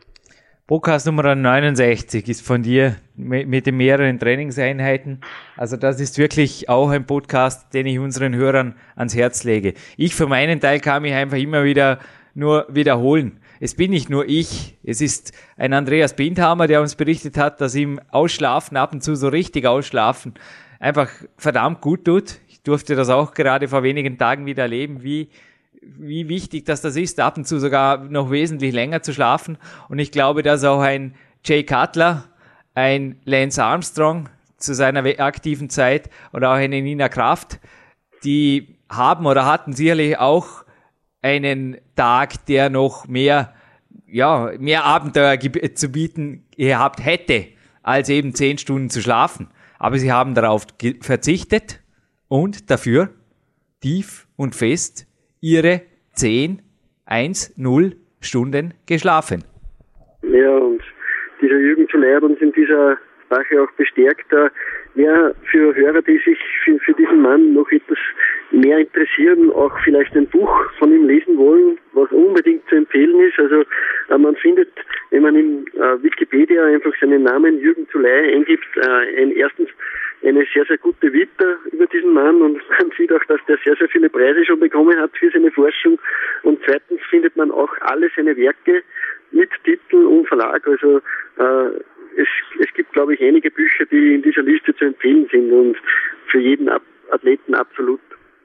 Speaker 3: Podcast Nummer neunundsechzig ist von dir mit den mehreren Trainingseinheiten. Also das ist wirklich auch ein Podcast, den ich unseren Hörern ans Herz lege. Ich für meinen Teil kann mich einfach immer wieder nur wiederholen. Es bin nicht nur ich, es ist ein Andreas Bindhammer, der uns berichtet hat, dass ihm Ausschlafen, ab und zu so richtig Ausschlafen, einfach verdammt gut tut. Ich durfte das auch gerade vor wenigen Tagen wieder erleben, wie wie wichtig dass das ist, ab und zu sogar noch wesentlich länger zu schlafen. Und ich glaube, dass auch ein Jay Cutler, ein Lance Armstrong zu seiner aktiven Zeit oder auch eine Nina Kraft, die haben oder hatten sicherlich auch einen Tag, der noch mehr, ja, mehr Abenteuer zu bieten gehabt hätte, als eben zehn Stunden zu schlafen. Aber sie haben darauf verzichtet und dafür tief und fest ihre zehn, eins, null Stunden geschlafen.
Speaker 2: Ja, und dieser Jürgen Zuley hat uns in dieser Sache auch bestärkt. Ja, für Hörer, die sich für, für diesen Mann noch etwas mehr interessieren, auch vielleicht ein Buch von ihm lesen wollen, was unbedingt zu empfehlen ist. Also äh, man findet, wenn man in äh, Wikipedia einfach seinen Namen Jürgen Zuley eingibt, äh, ein erstens eine sehr, sehr gute Vita über diesen Mann, und man sieht auch, dass der sehr, sehr viele Preise schon bekommen hat für seine Forschung, und zweitens findet man auch alle seine Werke mit Titel und Verlag. Also äh, es, es gibt, glaube ich, einige Bücher, die in dieser Liste zu empfehlen sind, und für jeden Athleten absolut.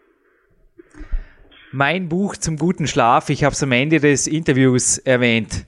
Speaker 3: Mein Buch zum guten Schlaf, ich habe es am Ende des Interviews erwähnt,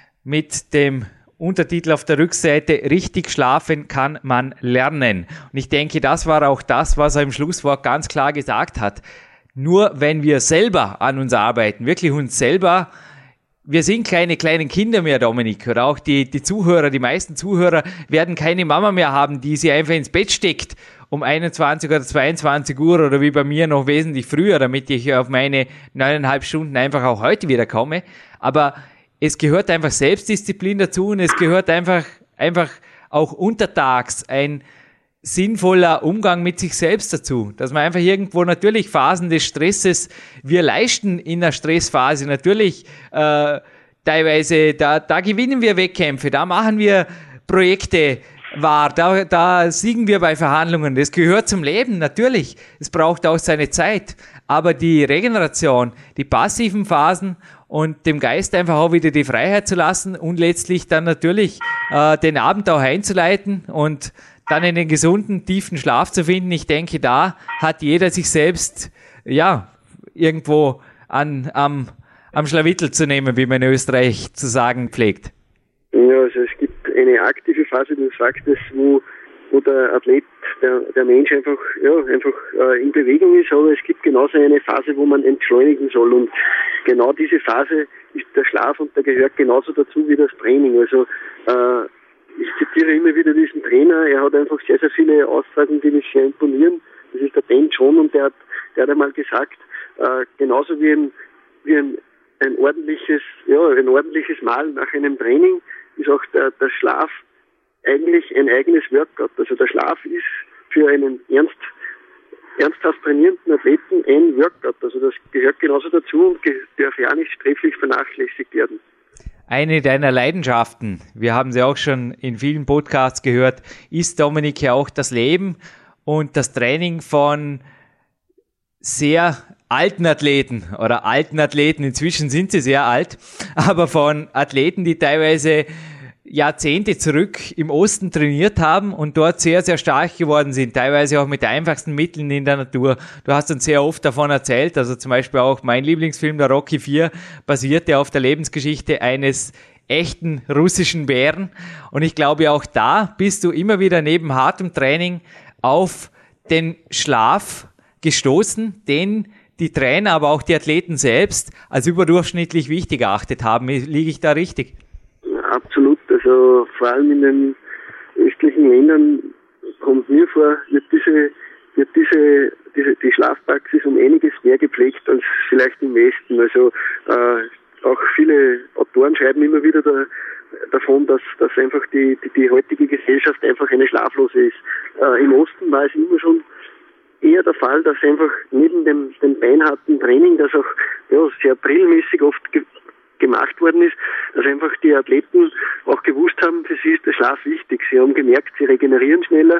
Speaker 3: mit dem Untertitel auf der Rückseite, richtig schlafen kann man lernen. Und ich denke, das war auch das, was er im Schlusswort ganz klar gesagt hat. Nur wenn wir selber an uns arbeiten, wirklich uns selber, wir sind keine kleinen Kinder mehr, Dominik, oder auch die, die Zuhörer, die meisten Zuhörer werden keine Mama mehr haben, die sie einfach ins Bett steckt um einundzwanzig oder zweiundzwanzig Uhr oder wie bei mir noch wesentlich früher, damit ich auf meine neuneinhalb Stunden einfach auch heute wieder komme. Aber es gehört einfach Selbstdisziplin dazu, und es gehört einfach, einfach auch untertags ein sinnvoller Umgang mit sich selbst dazu, dass man einfach irgendwo natürlich Phasen des Stresses, wir leisten in der Stressphase natürlich äh, teilweise, da, da gewinnen wir Wettkämpfe, da machen wir Projekte wahr, da, da siegen wir bei Verhandlungen, das gehört zum Leben, natürlich, es braucht auch seine Zeit, aber die Regeneration, die passiven Phasen und dem Geist einfach auch wieder die Freiheit zu lassen und letztlich dann natürlich äh, den Abend auch einzuleiten und dann einen gesunden, tiefen Schlaf zu finden. Ich denke, da hat jeder sich selbst, ja, irgendwo an, am, am Schlawittel zu nehmen, wie man in Österreich zu sagen pflegt.
Speaker 2: Ja, also es gibt eine aktive Phase, du sagst es, wo, wo der Athlet, der, der Mensch einfach, ja, einfach äh, in Bewegung ist, aber es gibt genauso eine Phase, wo man entschleunigen soll, und genau diese Phase ist der Schlaf, und der gehört genauso dazu wie das Training. Also äh, ich zitiere immer wieder diesen Trainer, er hat einfach sehr, sehr viele Aussagen, die mich sehr imponieren. Das ist der Dan John, und der hat, der hat einmal gesagt, äh, genauso wie ein, wie ein, ein ordentliches, ja, ein ordentliches Mahl nach einem Training ist auch der, der Schlaf eigentlich ein eigenes Workout. Also der Schlaf ist für einen ernst, ernsthaft trainierenden Athleten ein Workout. Also das gehört genauso dazu und darf ja nicht sträflich vernachlässigt werden.
Speaker 3: Eine deiner Leidenschaften, wir haben sie auch schon in vielen Podcasts gehört, ist, Dominik, ja auch das Leben und das Training von sehr alten Athleten oder alten Athleten, inzwischen sind sie sehr alt, aber von Athleten, die teilweise Jahrzehnte zurück im Osten trainiert haben und dort sehr, sehr stark geworden sind, teilweise auch mit den einfachsten Mitteln in der Natur. Du hast uns sehr oft davon erzählt, also zum Beispiel auch mein Lieblingsfilm, der Rocky vier, basierte auf der Lebensgeschichte eines echten russischen Bären. Und ich glaube, auch da bist du immer wieder neben hartem Training auf den Schlaf gestoßen, den die Trainer, aber auch die Athleten selbst als überdurchschnittlich wichtig erachtet haben. Liege ich da richtig?
Speaker 2: Absolut. Also vor allem in den östlichen Ländern kommt mir vor, wird diese, wird diese, diese die Schlafpraxis um einiges mehr gepflegt als vielleicht im Westen. Also äh, auch viele Autoren schreiben immer wieder da, davon, dass, dass einfach die, die, die heutige Gesellschaft einfach eine schlaflose ist. Äh, Im Osten war es immer schon eher der Fall, dass einfach neben dem, dem beinharten Training, das auch ja, sehr drillmäßig oft ge- gemacht worden ist, dass einfach die Athleten auch gewusst haben, für sie ist der Schlaf wichtig. Sie haben gemerkt, sie regenerieren schneller,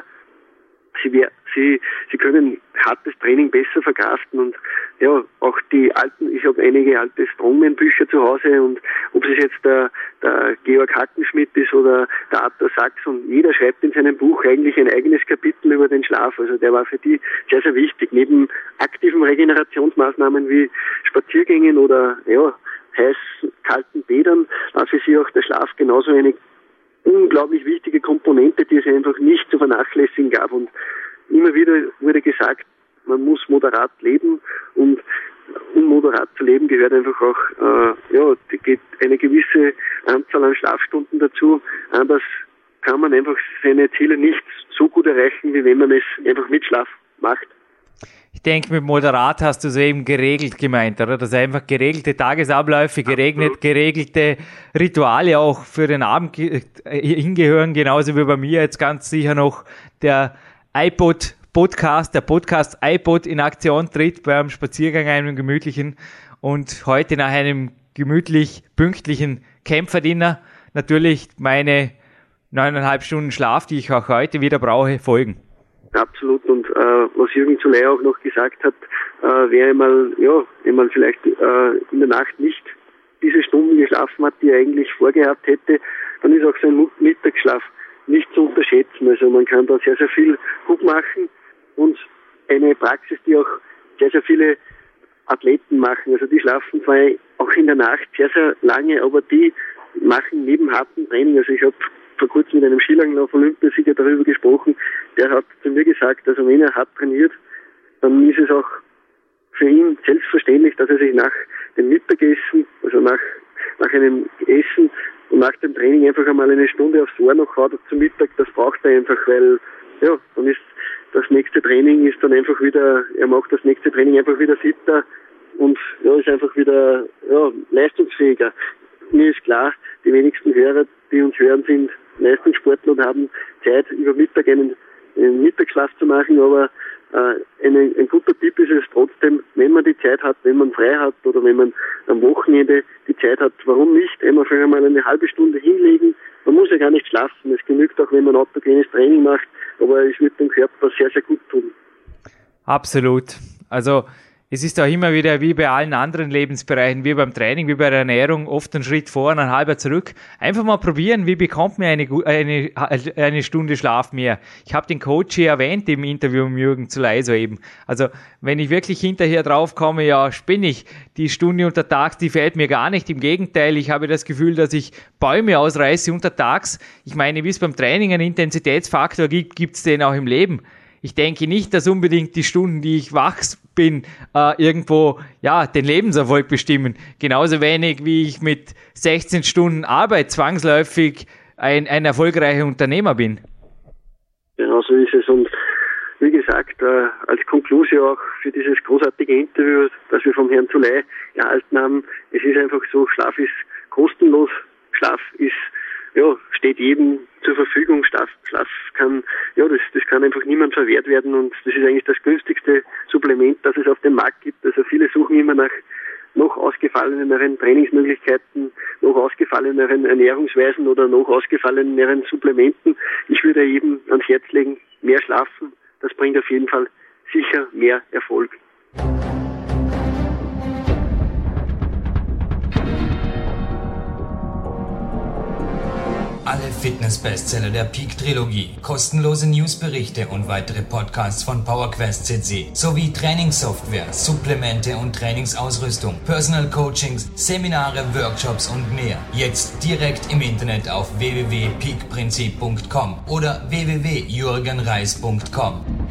Speaker 2: sie, sie, sie können hartes Training besser verkraften und ja, auch die alten, ich habe einige alte Strongman-Bücher zu Hause und ob es jetzt der, der Georg Hackenschmidt ist oder der Arthur Sachs und jeder schreibt in seinem Buch eigentlich ein eigenes Kapitel über den Schlaf. Also der war für die sehr, sehr wichtig. Neben aktiven Regenerationsmaßnahmen wie Spaziergängen oder ja, heiß kalten Bädern war für sie auch der Schlaf genauso eine unglaublich wichtige Komponente, die es einfach nicht zu vernachlässigen gab. Und immer wieder wurde gesagt, man muss moderat leben und um moderat zu leben gehört einfach auch äh, ja, die geht eine gewisse Anzahl an Schlafstunden dazu. Anders kann man einfach seine Ziele nicht so gut erreichen, wie wenn man es einfach mit Schlaf macht.
Speaker 3: Ich denke, mit moderat hast du es eben geregelt gemeint, oder? Dass einfach geregelte Tagesabläufe, geregelt, geregelte Rituale auch für den Abend hingehören, genauso wie bei mir jetzt ganz sicher noch der iPod-Podcast, der Podcast iPod in Aktion tritt beim Spaziergang, einem gemütlichen und heute nach einem gemütlich pünktlichen Kämpferdiener natürlich meine neuneinhalb Stunden Schlaf, die ich auch heute wieder brauche, folgen.
Speaker 2: Absolut. Und äh, was Jürgen Zuley auch noch gesagt hat, äh, wäre mal, ja, wenn man vielleicht äh, in der Nacht nicht diese Stunden geschlafen hat, die er eigentlich vorgehabt hätte, dann ist auch sein Mittagsschlaf nicht zu unterschätzen. Also man kann da sehr, sehr viel gut machen und eine Praxis, die auch sehr, sehr viele Athleten machen. Also die schlafen zwar auch in der Nacht sehr, sehr lange, aber die machen neben hartem Training, also ich habe vor kurzem mit einem Skilanglauf-Olympiasieger darüber gesprochen, der hat zu mir gesagt, also wenn er hart trainiert, dann ist es auch für ihn selbstverständlich, dass er sich nach dem Mittagessen, also nach, nach einem Essen und nach dem Training einfach einmal eine Stunde aufs Ohr noch haut zum Mittag, das braucht er einfach, weil ja, dann ist das nächste Training ist dann einfach wieder, er macht das nächste Training einfach wieder fitter und ja, ist einfach wieder ja, leistungsfähiger. Mir ist klar, die wenigsten Hörer, die uns hören, sind Leistungssportler und haben Zeit, über Mittag einen, einen Mittagsschlaf zu machen, aber äh, eine, ein guter Tipp ist es trotzdem, wenn man die Zeit hat, wenn man frei hat oder wenn man am Wochenende die Zeit hat, warum nicht einfach einmal eine halbe Stunde hinlegen. Man muss ja gar nicht schlafen, es genügt auch, wenn man autogenes Training macht, aber es wird dem Körper sehr, sehr gut tun.
Speaker 3: Absolut. Also es ist auch immer wieder wie bei allen anderen Lebensbereichen, wie beim Training, wie bei der Ernährung, oft ein Schritt vor und ein halber zurück. Einfach mal probieren, wie bekommt man eine, eine, eine Stunde Schlaf mehr. Ich habe den Coach hier erwähnt im Interview mit Jürgen Zuley soeben. Also wenn ich wirklich hinterher drauf komme, ja, spinne ich, die Stunde untertags, die fällt mir gar nicht. Im Gegenteil, ich habe das Gefühl, dass ich Bäume ausreiße untertags. Ich meine, wie es beim Training einen Intensitätsfaktor gibt, gibt es den auch im Leben. Ich denke nicht, dass unbedingt die Stunden, die ich wach bin, äh, irgendwo ja den Lebenserfolg bestimmen. Genauso wenig, wie ich mit sechzehn Stunden Arbeit zwangsläufig ein, ein erfolgreicher Unternehmer bin.
Speaker 2: Genau so ist es. Und wie gesagt, äh, als Konklusion auch für dieses großartige Interview, das wir vom Herrn Zuley erhalten haben, es ist einfach so, Schlaf ist kostenlos, Schlaf ist ja, steht jedem zur Verfügung. Schlaf, Schlaf kann, ja, das, das kann einfach niemand verwehrt werden und das ist eigentlich das günstigste Supplement, das es auf dem Markt gibt. Also viele suchen immer nach, noch ausgefalleneren Trainingsmöglichkeiten, noch ausgefalleneren Ernährungsweisen oder noch ausgefalleneren Supplementen. Ich würde jedem ans Herz legen, mehr schlafen, das bringt auf jeden Fall sicher mehr Erfolg.
Speaker 1: Alle Fitness-Bestseller der Peak-Trilogie, kostenlose Newsberichte und weitere Podcasts von PowerQuest C C sowie Trainingssoftware, Supplemente und Trainingsausrüstung, Personal Coachings, Seminare, Workshops und mehr. Jetzt direkt im Internet auf w w w punkt peak prinzip punkt com oder w w w punkt jürgen reis punkt com.